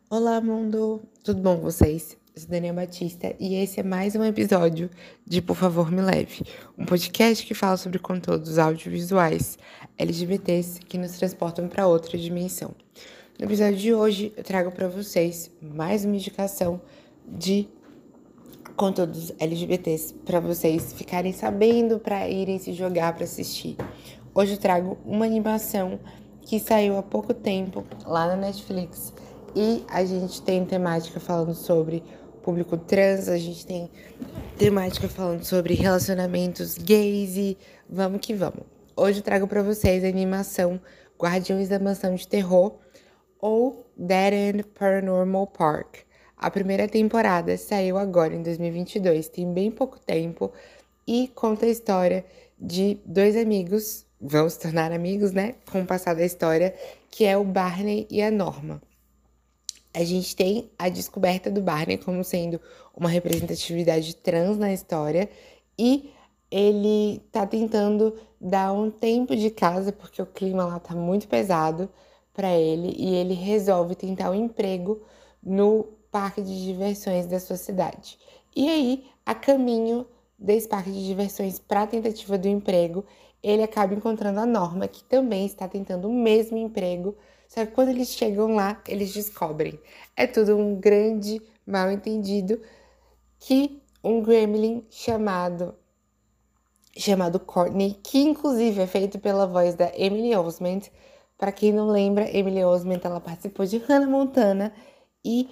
Olá, mundo! Tudo bom com vocês? Eu sou Daniel Batista e esse é mais um episódio de Por Favor Me Leve, um podcast que fala sobre conteúdos audiovisuais LGBTs que nos transportam para outra dimensão. No episódio de hoje, eu trago para vocês mais uma indicação de conteúdos LGBTs para vocês ficarem sabendo, para irem se jogar para assistir. Hoje eu trago uma animação que saiu há pouco tempo lá na Netflix e a gente tem temática falando sobre público trans, a gente tem temática falando sobre relacionamentos gays e vamos que vamos. Hoje eu trago para vocês a animação Guardiões da Mansão de Terror ou Dead End Paranormal Park. A primeira temporada saiu agora em 2022, tem bem pouco tempo, e conta a história de dois amigos, vão se tornar amigos, né? Com o passar da história, que é o Barney e a Norma. A gente tem a descoberta do Barney como sendo uma representatividade trans na história e ele tá tentando dar um tempo de casa porque o clima lá tá muito pesado para ele e ele resolve tentar um emprego no parque de diversões da sua cidade. E aí, a caminho desse parque de diversões para a tentativa do emprego, ele acaba encontrando a Norma, que também está tentando o mesmo emprego, só que quando eles chegam lá, eles descobrem. É tudo um grande mal-entendido que um gremlin chamado Courtney, que inclusive é feito pela voz da Emily Osment. Para quem não lembra, Emily Osment, ela participou de Hannah Montana e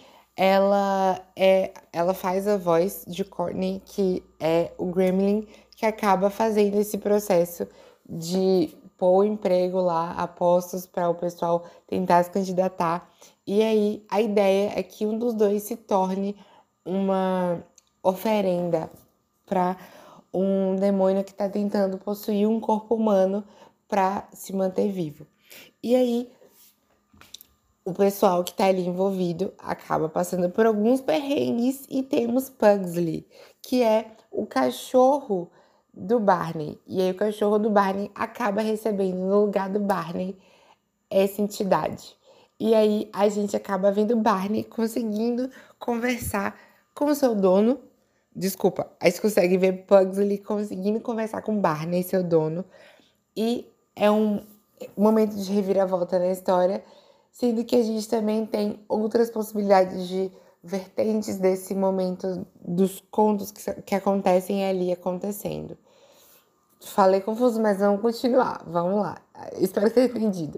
ela faz a voz de Courtney, que é o gremlin que acaba fazendo esse processo de pôr o emprego lá a postos para o pessoal tentar se candidatar. E aí a ideia é que um dos dois se torne uma oferenda para um demônio que está tentando possuir um corpo humano para se manter vivo. E aí o pessoal que tá ali envolvido acaba passando por alguns perrengues e temos Pugsley, que é o cachorro do Barney. E aí o cachorro do Barney acaba recebendo no lugar do Barney essa entidade. E aí a gente acaba vendo Barney conseguindo conversar com o seu dono. Desculpa, a gente consegue ver Pugsley conseguindo conversar com Barney, seu dono. E é um momento de reviravolta na história, sendo que a gente também tem outras possibilidades de vertentes desse momento dos contos que acontecem ali acontecendo. Falei confuso, mas vamos continuar. Vamos lá. Espero ter entendido.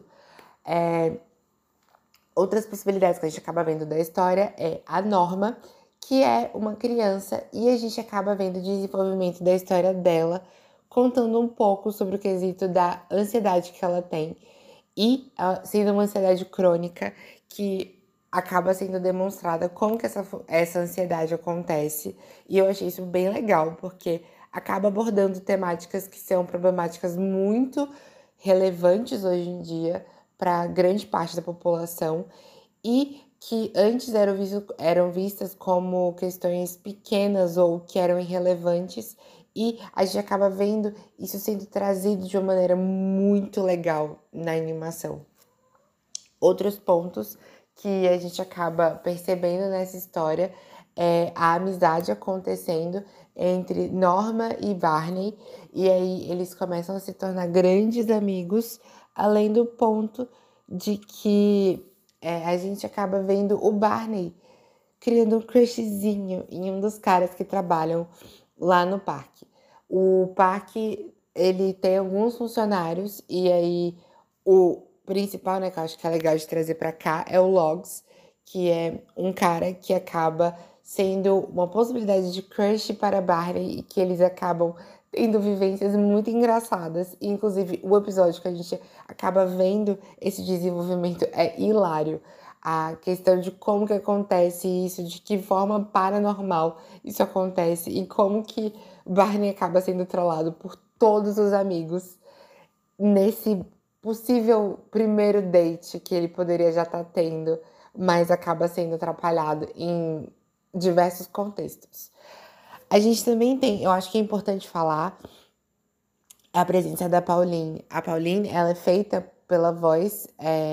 Outras possibilidades que a gente acaba vendo da história é a Norma, que é uma criança, e a gente acaba vendo o desenvolvimento da história dela, contando um pouco sobre o quesito da ansiedade que ela tem, e sendo uma ansiedade crônica que acaba sendo demonstrada como que essa ansiedade acontece. E eu achei isso bem legal, porque acaba abordando temáticas que são problemáticas muito relevantes hoje em dia para grande parte da população e que antes eram vistas como questões pequenas ou que eram irrelevantes, e a gente acaba vendo isso sendo trazido de uma maneira muito legal na animação. Outros pontos que a gente acaba percebendo nessa história é a amizade acontecendo entre Norma e Barney, e aí eles começam a se tornar grandes amigos, além do ponto de que a gente acaba vendo o Barney criando um crushzinho em um dos caras que trabalham lá no parque. O parque, ele tem alguns funcionários e aí o principal, né, que eu acho que é legal de trazer pra cá é o Logs, que é um cara que acaba sendo uma possibilidade de crush para Barney e que eles acabam tendo vivências muito engraçadas. E, inclusive, o episódio que a gente acaba vendo esse desenvolvimento é hilário. A questão de como que acontece isso, de que forma paranormal isso acontece e como que Barney acaba sendo trollado por todos os amigos nesse possível primeiro date que ele poderia já estar tendo, mas acaba sendo atrapalhado em diversos contextos. A gente também tem, eu acho que é importante falar a presença da Pauline. A Pauline, ela é feita pela voz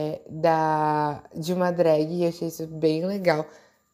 de uma drag, e eu achei isso bem legal.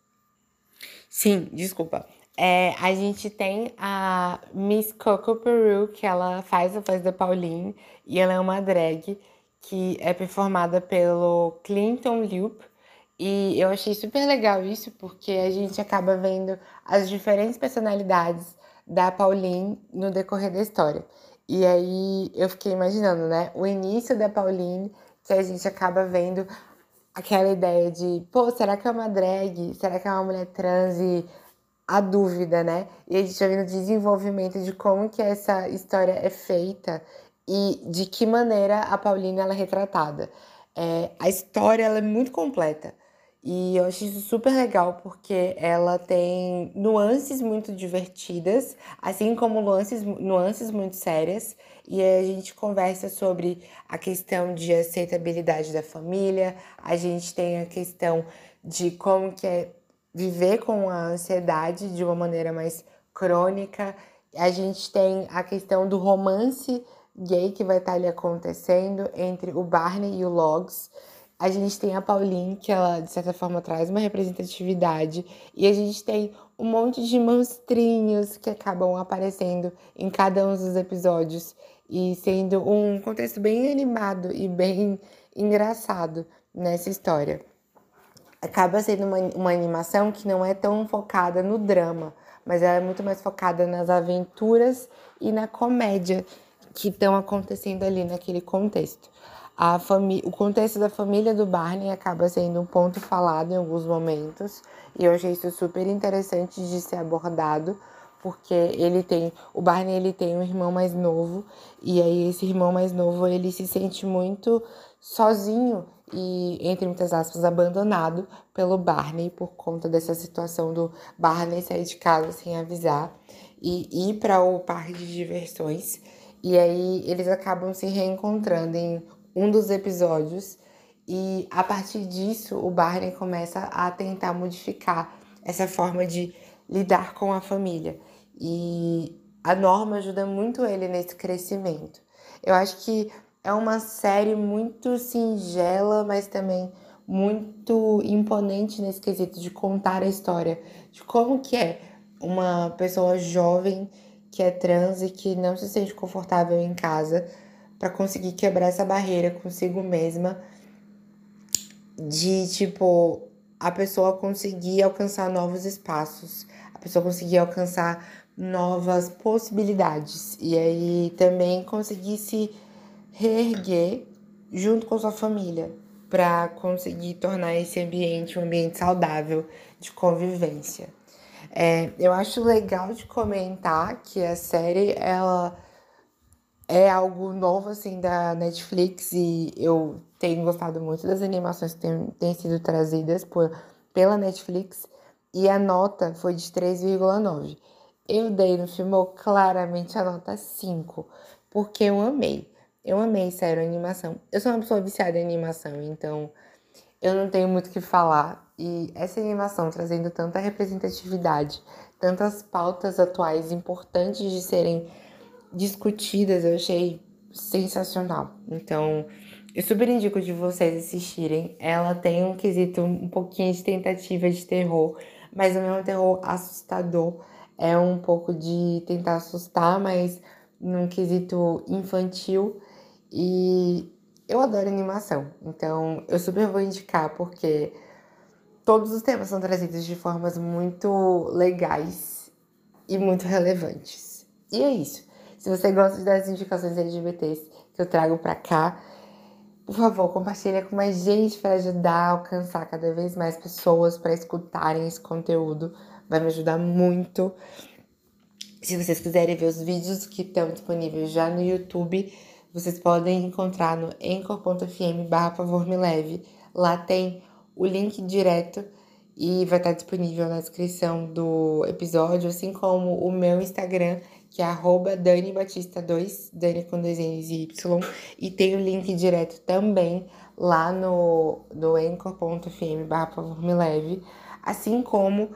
Sim, desculpa. A gente tem a Miss Coco Peru, que ela faz a voz da Pauline, e ela é uma drag que é performada pelo Clinton Loop. E eu achei super legal isso, porque a gente acaba vendo as diferentes personalidades da Pauline no decorrer da história. E aí eu fiquei imaginando, né, o início da Pauline, que a gente acaba vendo aquela ideia de, pô, será que é uma drag? Será que é uma mulher trans? E a dúvida, né? E a gente vai vendo o desenvolvimento de como que essa história é feita e de que maneira a Paulina ela é retratada. A história ela é muito completa. E eu acho isso super legal porque ela tem nuances muito divertidas, assim como nuances muito sérias. E aí a gente conversa sobre a questão de aceitabilidade da família, a gente tem a questão de como que é viver com a ansiedade de uma maneira mais crônica. A gente tem a questão do romance gay que vai estar ali acontecendo entre o Barney e o Logs. A gente tem a Pauline, que ela, de certa forma, traz uma representatividade. E a gente tem um monte de monstrinhos que acabam aparecendo em cada um dos episódios. E sendo um contexto bem animado e bem engraçado nessa história. Acaba sendo uma animação que não é tão focada no drama, mas ela é muito mais focada nas aventuras e na comédia que estão acontecendo ali naquele contexto. O contexto da família do Barney acaba sendo um ponto falado em alguns momentos, e eu achei isso super interessante de ser abordado, porque o Barney ele tem um irmão mais novo, e aí esse irmão mais novo ele se sente muito sozinho e, entre muitas aspas, abandonado pelo Barney por conta dessa situação do Barney sair de casa sem avisar e ir para o parque de diversões. E aí eles acabam se reencontrando em um dos episódios e a partir disso o Barney começa a tentar modificar essa forma de lidar com a família. E a Norma ajuda muito ele nesse crescimento. Eu acho que é uma série muito singela, mas também muito imponente nesse quesito de contar a história de como que é uma pessoa jovem que é trans e que não se sente confortável em casa para conseguir quebrar essa barreira consigo mesma de tipo a pessoa conseguir alcançar novos espaços, a pessoa conseguir alcançar novas possibilidades e aí também conseguir se reerguer junto com sua família para conseguir tornar esse ambiente um ambiente saudável de convivência. Eu acho legal de comentar que a série ela é algo novo assim da Netflix e eu tenho gostado muito das animações que têm sido trazidas pela Netflix e a nota foi de 3,9. Eu dei no filme claramente a nota 5, porque eu amei. Eu amei, sério, a animação. Eu sou uma pessoa viciada em animação, então eu não tenho muito o que falar. E essa animação trazendo tanta representatividade, tantas pautas atuais importantes de serem discutidas, eu achei sensacional. Então, eu super indico de vocês assistirem. Ela tem um quesito um pouquinho de tentativa de terror, mas não é um terror assustador. É um pouco de tentar assustar, mas num quesito infantil. E eu adoro animação, então eu super vou indicar porque todos os temas são trazidos de formas muito legais e muito relevantes. E é isso. Se você gosta das indicações LGBTs que eu trago pra cá, por favor, compartilha com mais gente para ajudar a alcançar cada vez mais pessoas para escutarem esse conteúdo. Vai me ajudar muito. Se vocês quiserem ver os vídeos que estão disponíveis já no YouTube, vocês podem encontrar no anchor.fm/favormeleve. Lá tem o link direto e vai estar disponível na descrição do episódio, assim como o meu Instagram, que é @DaniBatista2, Dani com 2 N's e Y, e tem o link direto também lá no anchor.fm/favormeleve, assim como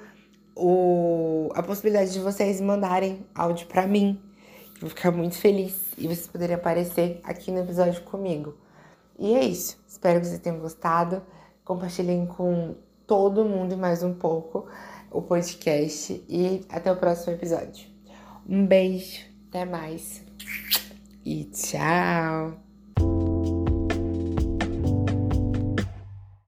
a possibilidade de vocês mandarem áudio pra mim. Eu vou ficar muito feliz e vocês poderem aparecer aqui no episódio comigo. E é isso. Espero que vocês tenham gostado. Compartilhem com todo mundo e mais um pouco o podcast. E até o próximo episódio. Um beijo, até mais e tchau!